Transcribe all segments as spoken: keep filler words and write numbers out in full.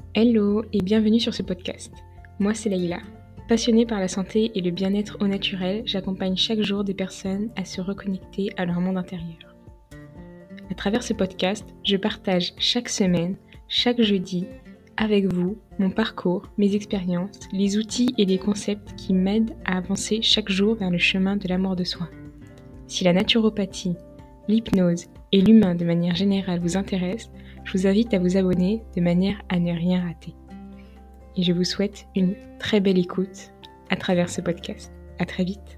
Hello et bienvenue sur ce podcast. Moi c'est Leïla. Passionnée par la santé et le bien-être au naturel, j'accompagne chaque jour des personnes à se reconnecter à leur monde intérieur. À travers ce podcast, je partage chaque semaine, chaque jeudi, avec vous, mon parcours, mes expériences, les outils et les concepts qui m'aident à avancer chaque jour vers le chemin de l'amour de soi. Si la naturopathie, l'hypnose et l'humain de manière générale vous intéressent, je vous invite à vous abonner de manière à ne rien rater. Et je vous souhaite une très belle écoute à travers ce podcast. À très vite.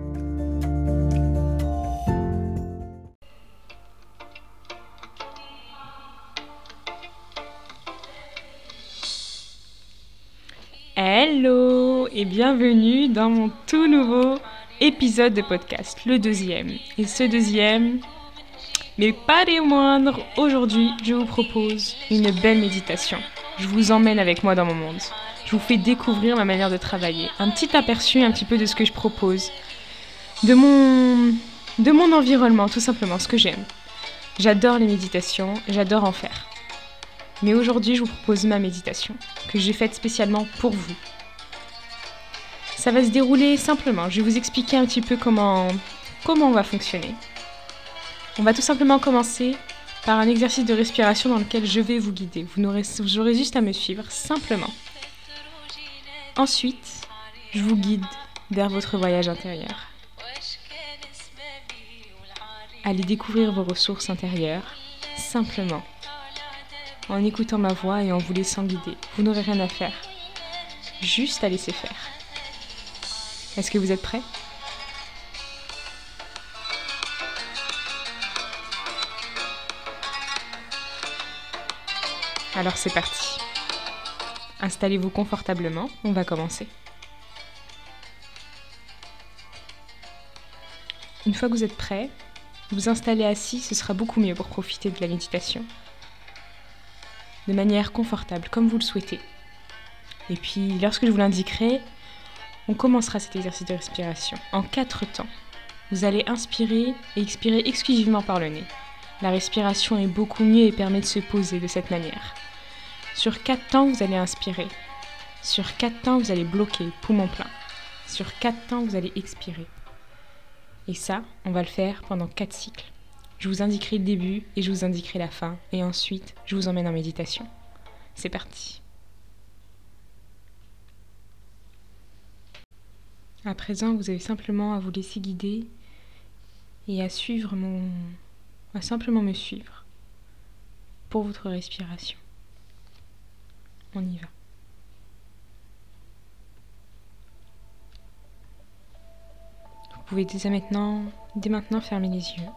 Hello et bienvenue dans mon tout nouveau épisode de podcast, le deuxième. Et ce deuxième, mais pas des moindres, aujourd'hui je vous propose une belle méditation. Je vous emmène avec moi dans mon monde. Je vous fais découvrir ma manière de travailler. Un petit aperçu un petit peu de ce que je propose. De mon, de mon environnement, tout simplement, ce que j'aime. J'adore les méditations, j'adore en faire. Mais aujourd'hui, je vous propose ma méditation, que j'ai faite spécialement pour vous. Ça va se dérouler simplement. Je vais vous expliquer un petit peu comment, comment on va fonctionner. On va tout simplement commencer par un exercice de respiration dans lequel je vais vous guider. Vous n'aurez, vous aurez juste à me suivre, simplement. Ensuite, je vous guide vers votre voyage intérieur. Allez découvrir vos ressources intérieures, simplement, en écoutant ma voix et en vous laissant guider. Vous n'aurez rien à faire, juste à laisser faire. Est-ce que vous êtes prêts ? Alors c'est parti. Installez-vous confortablement, on va commencer. Une fois que vous êtes prêts, vous installer assis, ce sera beaucoup mieux pour profiter de la méditation. De manière confortable, comme vous le souhaitez. Et puis, lorsque je vous l'indiquerai, on commencera cet exercice de respiration en quatre temps. Vous allez inspirer et expirer exclusivement par le nez. La respiration est beaucoup mieux et permet de se poser de cette manière. Sur quatre temps, vous allez inspirer. Sur quatre temps, vous allez bloquer, poumon plein. Sur quatre temps, vous allez expirer. Et ça, on va le faire pendant quatre cycles. Je vous indiquerai le début et je vous indiquerai la fin. Et ensuite, je vous emmène en méditation. C'est parti. À présent, vous avez simplement à vous laisser guider et à suivre mon... à simplement me suivre pour votre respiration. On y va. Vous pouvez dès maintenant, dès maintenant fermer les yeux.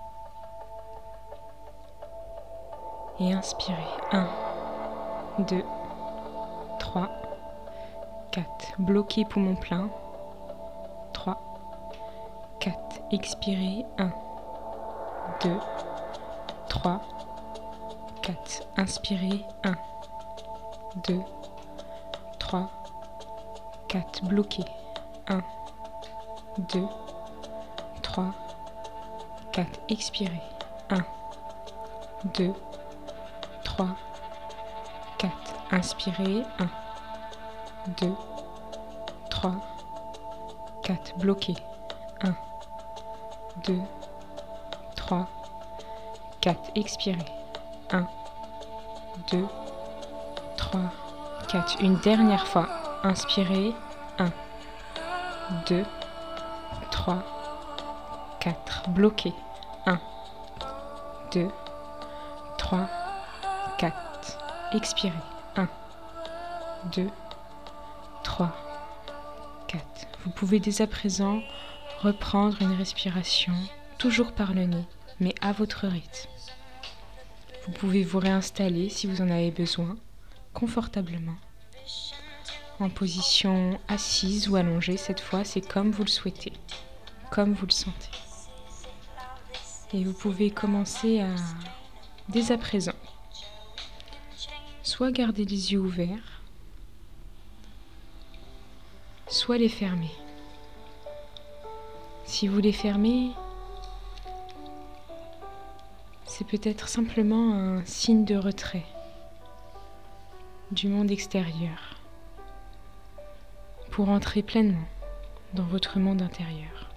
Et inspirer. un, deux, trois, quatre. Bloquez poumon plein. trois, quatre. Expirez. un, deux, trois, quatre. Inspirez. un, deux, trois, quatre. Bloquez. un, deux, trois, quatre. Expirez. un, deux, trois, quatre. Inspirez. un, deux, trois, quatre. Bloquez. un, deux, trois, quatre. Expirez. un, deux, trois, quatre. Une dernière fois. Inspirez. un, deux, trois, quatre. Bloquez. un, deux, trois, quatre. Expirez. un, deux, trois, quatre. Vous pouvez dès à présent reprendre une respiration, toujours par le nez, mais à votre rythme. Vous pouvez vous réinstaller si vous en avez besoin, confortablement. En position assise ou allongée, cette fois, c'est comme vous le souhaitez, comme vous le sentez. Et vous pouvez commencer à, dès à présent, soit garder les yeux ouverts, soit les fermer. Si vous les fermez, c'est peut-être simplement un signe de retrait. du monde extérieur pour entrer pleinement dans votre monde intérieur.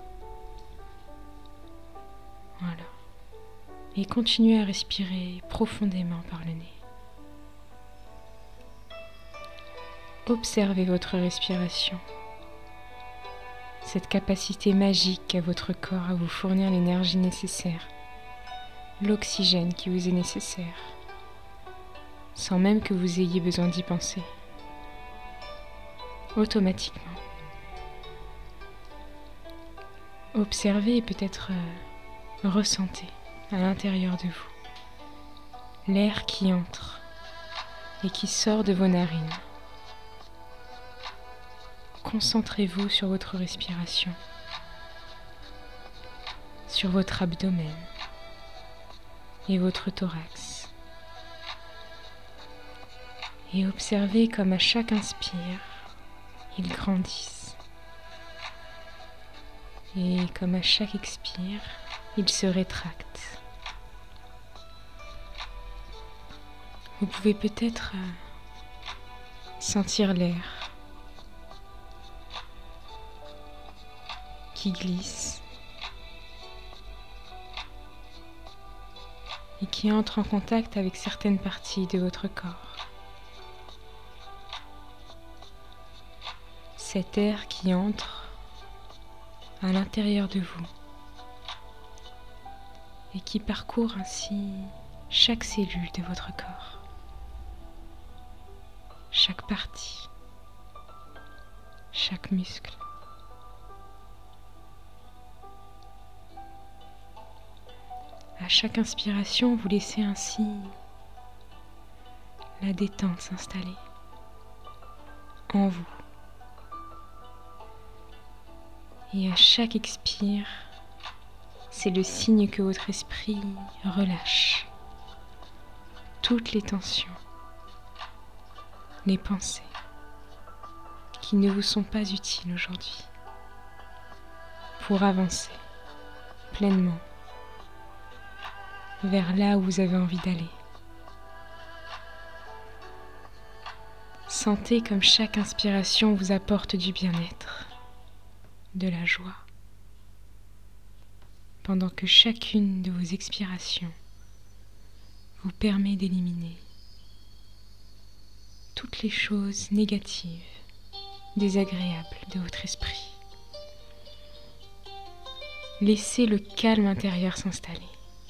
Voilà. Et continuez à respirer profondément par le nez. Observez votre respiration, cette capacité magique qu'a votre corps à vous fournir l'énergie nécessaire, l'oxygène qui vous est nécessaire, sans même que vous ayez besoin d'y penser, automatiquement. Observez et peut-être euh, ressentez à l'intérieur de vous l'air qui entre et qui sort de vos narines. Concentrez-vous sur votre respiration, sur votre abdomen et votre thorax. Et observez comme à chaque inspire, ils grandissent. Et comme à chaque expire, ils se rétractent. Vous pouvez peut-être sentir l'air qui glisse et qui entre en contact avec certaines parties de votre corps. Cet air qui entre à l'intérieur de vous et qui parcourt ainsi chaque cellule de votre corps, chaque partie, chaque muscle. À chaque inspiration, vous laissez ainsi la détente s'installer en vous. Et à chaque expire, c'est le signe que votre esprit relâche toutes les tensions, les pensées qui ne vous sont pas utiles aujourd'hui pour avancer pleinement vers là où vous avez envie d'aller. Sentez comme chaque inspiration vous apporte du bien-être, de la joie, pendant que chacune de vos expirations vous permet d'éliminer toutes les choses négatives, désagréables de votre esprit. Laissez le calme intérieur s'installer.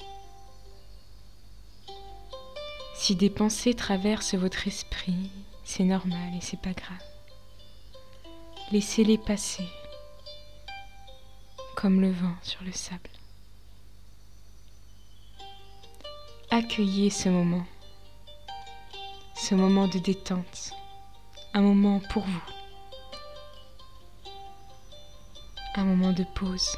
Si des pensées traversent votre esprit, c'est normal et c'est pas grave. Laissez-les passer comme le vent sur le sable. Accueillez ce moment, ce moment de détente, un moment pour vous, un moment de pause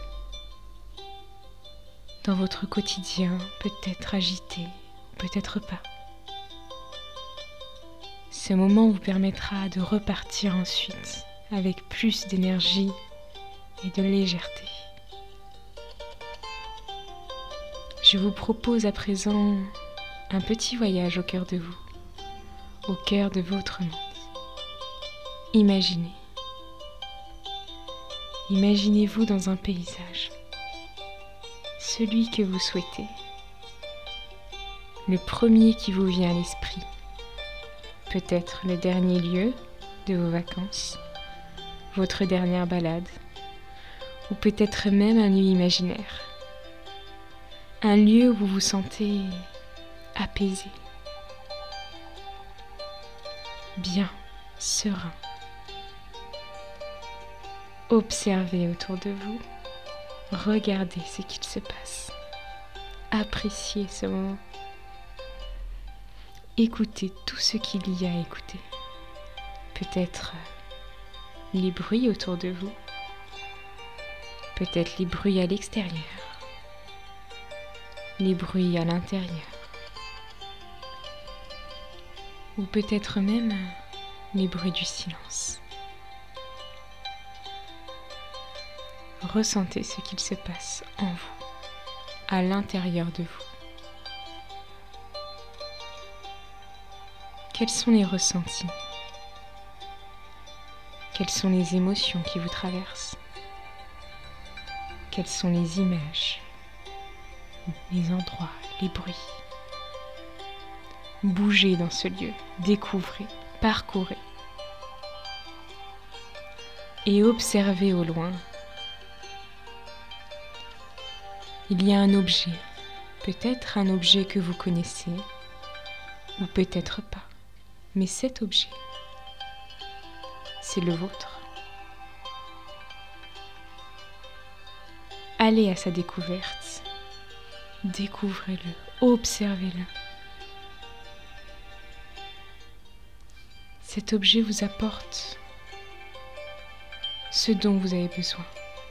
dans votre quotidien, peut-être agité, peut-être pas. Ce moment vous permettra de repartir ensuite avec plus d'énergie et de légèreté. Je vous propose à présent un petit voyage au cœur de vous, au cœur de votre monde. Imaginez. Imaginez-vous dans un paysage, celui que vous souhaitez, le premier qui vous vient à l'esprit. Peut-être le dernier lieu de vos vacances, votre dernière balade, ou peut-être même un lieu imaginaire. Un lieu où vous vous sentez apaisé, bien, serein. Observez autour de vous, regardez ce qu'il se passe, appréciez ce moment. Écoutez tout ce qu'il y a à écouter. Peut-être les bruits autour de vous, peut-être les bruits à l'extérieur, les bruits à l'intérieur, ou peut-être même les bruits du silence. Ressentez ce qu'il se passe en vous, à l'intérieur de vous. Quels sont les ressentis? Quelles sont les émotions qui vous traversent? Quelles sont les images, les endroits, les bruits? Bougez dans ce lieu, découvrez, parcourez et observez au loin. Il y a un objet, peut-être un objet que vous connaissez, ou peut-être pas, mais cet objet, c'est le vôtre. Allez à sa découverte, découvrez-le, observez-le. Cet objet vous apporte ce dont vous avez besoin.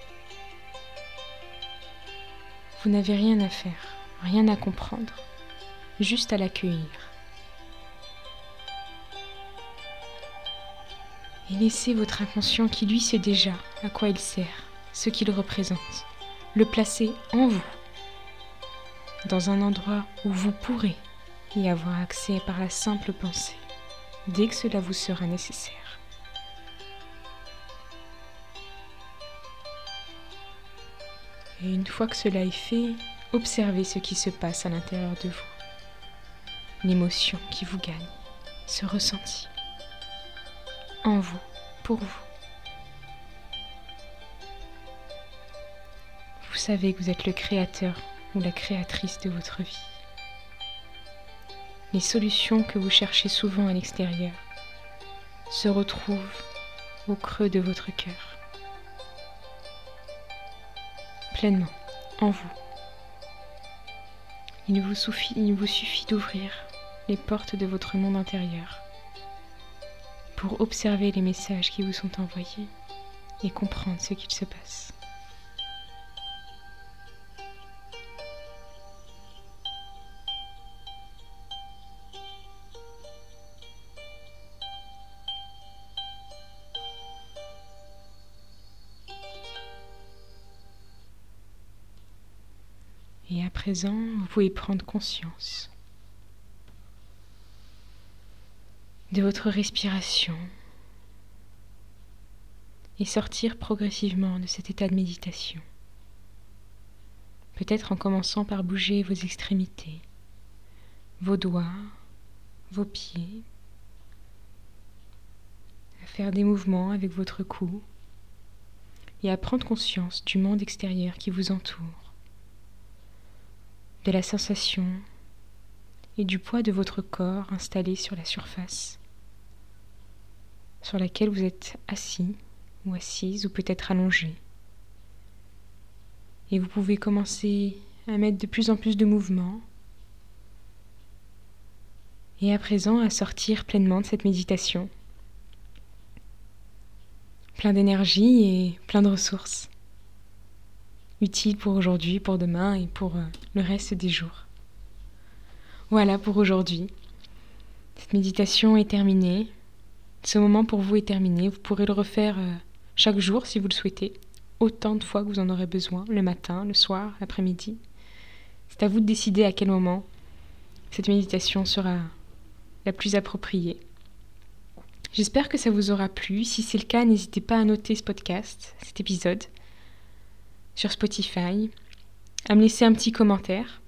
Vous n'avez rien à faire, rien à comprendre, juste à l'accueillir. Et laissez votre inconscient qui lui sait déjà à quoi il sert, ce qu'il représente, le placer en vous, dans un endroit où vous pourrez y avoir accès par la simple pensée, dès que cela vous sera nécessaire. Et une fois que cela est fait, observez ce qui se passe à l'intérieur de vous. L'émotion qui vous gagne, ce ressenti. En vous, pour vous. Vous savez que vous êtes le créateur ou la créatrice de votre vie. Les solutions que vous cherchez souvent à l'extérieur se retrouvent au creux de votre cœur. Pleinement, en vous. Il vous suffit, il vous suffit d'ouvrir les portes de votre monde intérieur pour observer les messages qui vous sont envoyés et comprendre ce qu'il se passe. Et à présent, vous pouvez prendre conscience de votre respiration et sortir progressivement de cet état de méditation. Peut-être en commençant par bouger vos extrémités, vos doigts, vos pieds, à faire des mouvements avec votre cou et à prendre conscience du monde extérieur qui vous entoure, de la sensation et du poids de votre corps installé sur la surface sur laquelle vous êtes assis ou assise ou peut-être allongé. Et vous pouvez commencer à mettre de plus en plus de mouvements et à présent à sortir pleinement de cette méditation. Plein d'énergie et plein de ressources. Utiles pour aujourd'hui, pour demain et pour euh, le reste des jours. Voilà pour aujourd'hui. Cette méditation est terminée. Ce moment pour vous est terminé. Vous pourrez le refaire euh, chaque jour si vous le souhaitez, autant de fois que vous en aurez besoin, le matin, le soir, l'après-midi. C'est à vous de décider à quel moment cette méditation sera la plus appropriée. J'espère que ça vous aura plu. Si c'est le cas, n'hésitez pas à noter ce podcast, cet épisode, sur Spotify, à me laisser un petit commentaire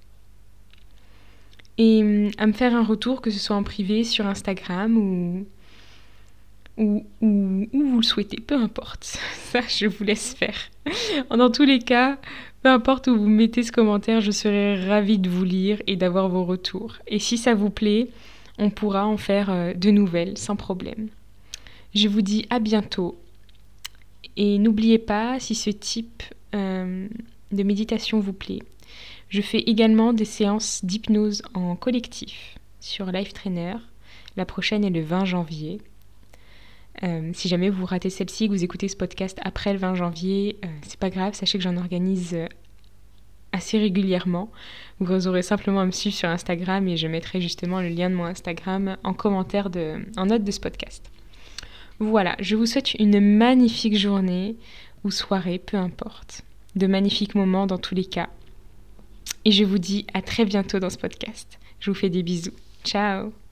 et à me faire un retour, que ce soit en privé, sur Instagram ou, ou, ou, ou vous le souhaitez, peu importe. Ça, je vous laisse faire. Dans tous les cas, peu importe où vous mettez ce commentaire, je serai ravie de vous lire et d'avoir vos retours. Et si ça vous plaît, on pourra en faire de nouvelles sans problème. Je vous dis à bientôt. Et n'oubliez pas, si ce type euh, de méditation vous plaît, je fais également des séances d'hypnose en collectif sur Life Trainer. La prochaine est le vingt janvier. Euh, si jamais vous ratez celle-ci, que vous écoutez ce podcast après le vingt janvier, euh, c'est pas grave, sachez que j'en organise assez régulièrement. Vous aurez simplement à me suivre sur Instagram et je mettrai justement le lien de mon Instagram en commentaire, de, en note de ce podcast. Voilà, je vous souhaite une magnifique journée ou soirée, peu importe. De magnifiques moments dans tous les cas. Et je vous dis à très bientôt dans ce podcast. Je vous fais des bisous. Ciao!